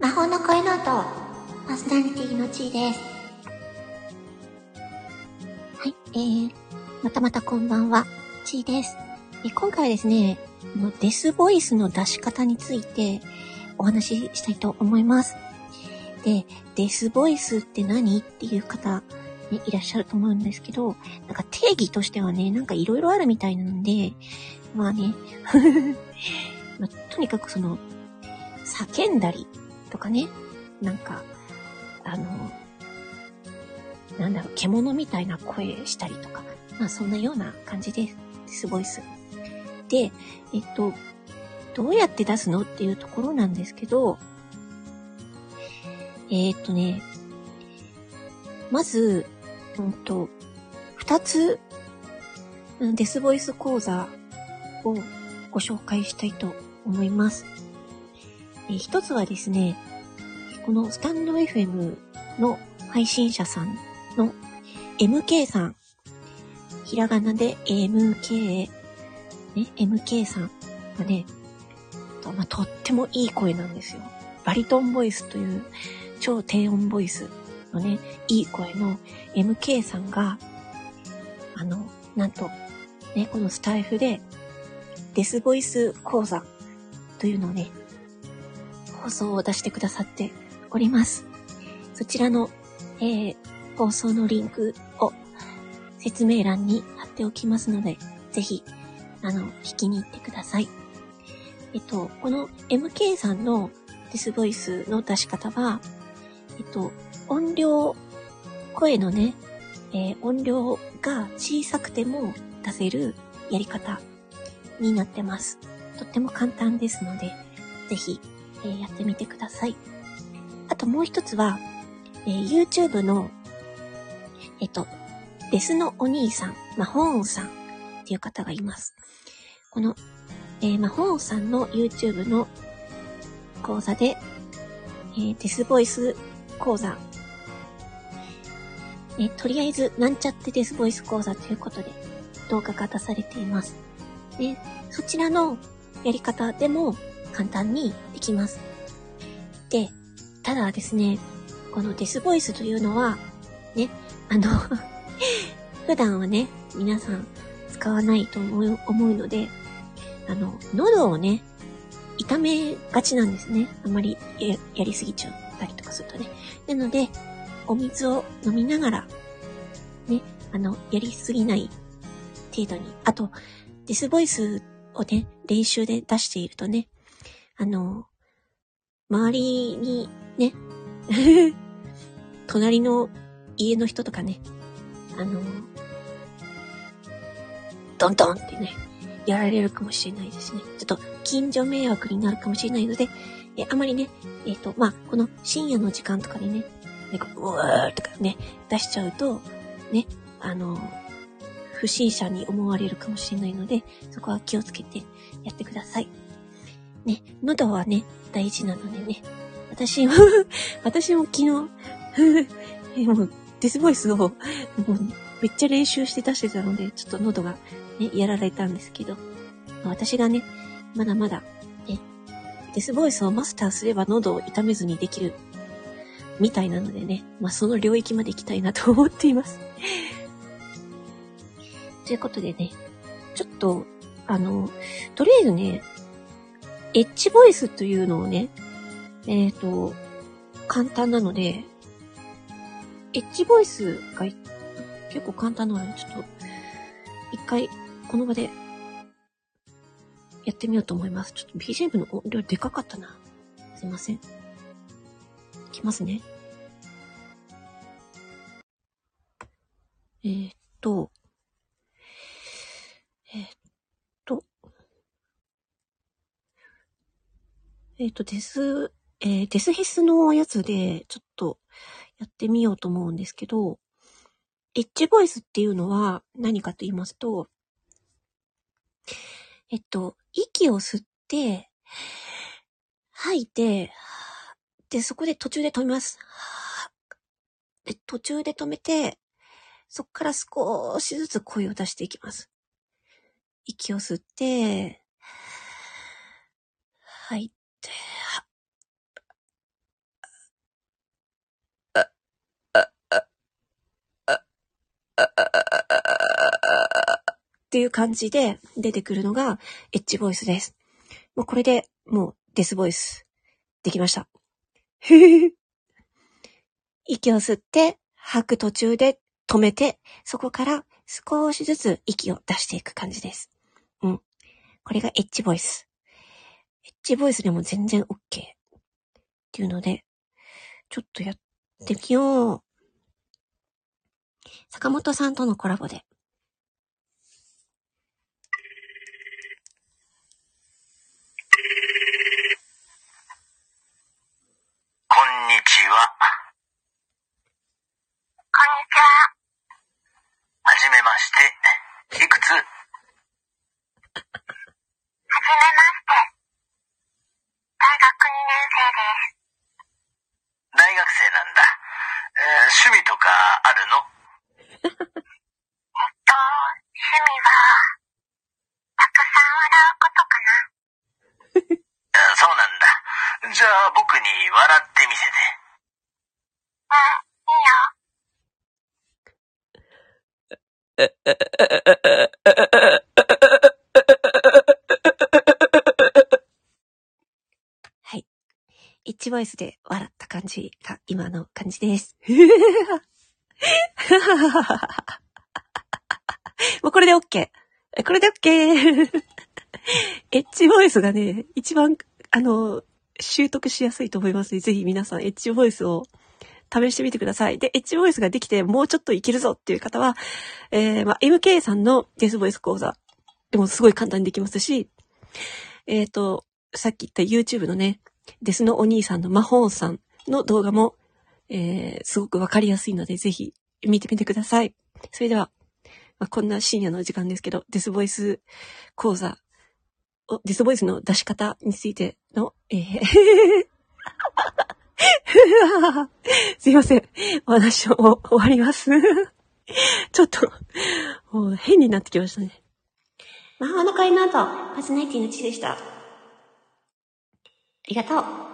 魔法の声ノートパーソナリティのちーです。はい、またこんばんは、ちーです。今回はですね、デスボイスの出し方についてお話ししたいと思います。で、デスボイスって何っていう方、ね、いらっしゃると思うんですけど、なんか定義としてはね、なんかいろいろあるみたいなので、まあね、とにかく叫んだりとかね、なんか、獣みたいな声したりとか、まあそんなような感じです。デスボイス。で、どうやって出すのっていうところなんですけど、まず、二つ、デスボイス講座をご紹介したいと思います。一つはですね、このスタンド FM の配信者さんの MK さん、ひらがなで MK、ね、MK さんがね、とってもいい声なんですよ。バリトンボイスという超低音ボイスのね、いい声の MK さんが、なんと、ね、このスタイフでデスボイス講座というのをね、放送を出してくださっております。そちらの、放送のリンクを説明欄に貼っておきますので、ぜひ、聞きに行ってください。この MK さんのデスボイスの出し方は、音量、声のね、音量が小さくても出せるやり方になってます。とっても簡単ですので、ぜひ、やってみてください。あともう一つは、YouTube の、デスのお兄さん、マホーンさんっていう方がいます。この、マホーンさんの YouTube の講座で、デスボイス講座、とりあえずなんちゃってデスボイス講座ということで動画が出されています。で、そちらのやり方でも簡単にできます。で、ただですね、このデスボイスというのは、ね、普段はね、皆さん使わないと思うので、喉をね、痛めがちなんですね。あまりやりすぎちゃったりとかするとね。なので、お水を飲みながら、ね、やりすぎない程度に。あと、デスボイスをね、練習で出しているとね、周りにね、隣の家の人とかね、ドンドンってね、やられるかもしれないですね。ちょっと近所迷惑になるかもしれないので、あまりね、この深夜の時間とかでね、うわーとかね、出しちゃうと、ね、不審者に思われるかもしれないので、そこは気をつけてやってください。ね、喉はね、大事なのでね、私も昨日、もう、デスボイスを、もう、めっちゃ練習して出してたので、ちょっと喉がね、やられたんですけど、私がね、まだまだ、ね、デスボイスをマスターすれば喉を痛めずにできる、みたいなのでね、その領域まで行きたいなと思っています。ということでね、ちょっと、とりあえずね、エッジボイスというのをね、簡単なので、エッジボイスが結構簡単なので、ちょっと、一回、この場で、やってみようと思います。ちょっと BGM の音量でかかったな。すいません。いきますね。デスヒスのやつで、ちょっと、やってみようと思うんですけど、エッジボイスっていうのは何かと言いますと、息を吸って、吐いて、で、そこで途中で止めます。で、途中で止めて、そこから少しずつ声を出していきます。息を吸って、吐いて、 っていう感じで出てくるのがエッジボイスです。もうこれでもうデスボイスできました。息を吸って吐く途中で止めて、そこから少しずつ息を出していく感じです。これがエッジボイス。エッジボイスでも全然 OK っていうので、ちょっとやってみよう。坂本さんとのコラボで。 こんにちは。こんにちは。はじめまして。いくつ？はじめまして。大学2年生です。大学生なんだ。趣味とかあるの？趣味は、たくさん笑うことかな。そうなんだ。じゃあ僕に笑ってみせて。 はい。エッジボイスで笑った感じが今の感じです。もうこれで OK。これで OK。エッジボイスがね、一番、習得しやすいと思いますので、ぜひ皆さんエッジボイスを試してみてください。で、エッジボイスができてもうちょっといけるぞっていう方は、MK さんのデスボイス講座でもすごい簡単にできますし、さっき言った YouTube のね、デスのお兄さんの魔法さんの動画も、すごくわかりやすいので、ぜひ見てみてください。それでは、こんな深夜の時間ですけど、デスボイス講座、デスボイスの出し方についての、すいません。お話を終わります。ちょっと、もう変になってきましたね。魔法の恋の後、パーソナリティのちでした。ありがとう。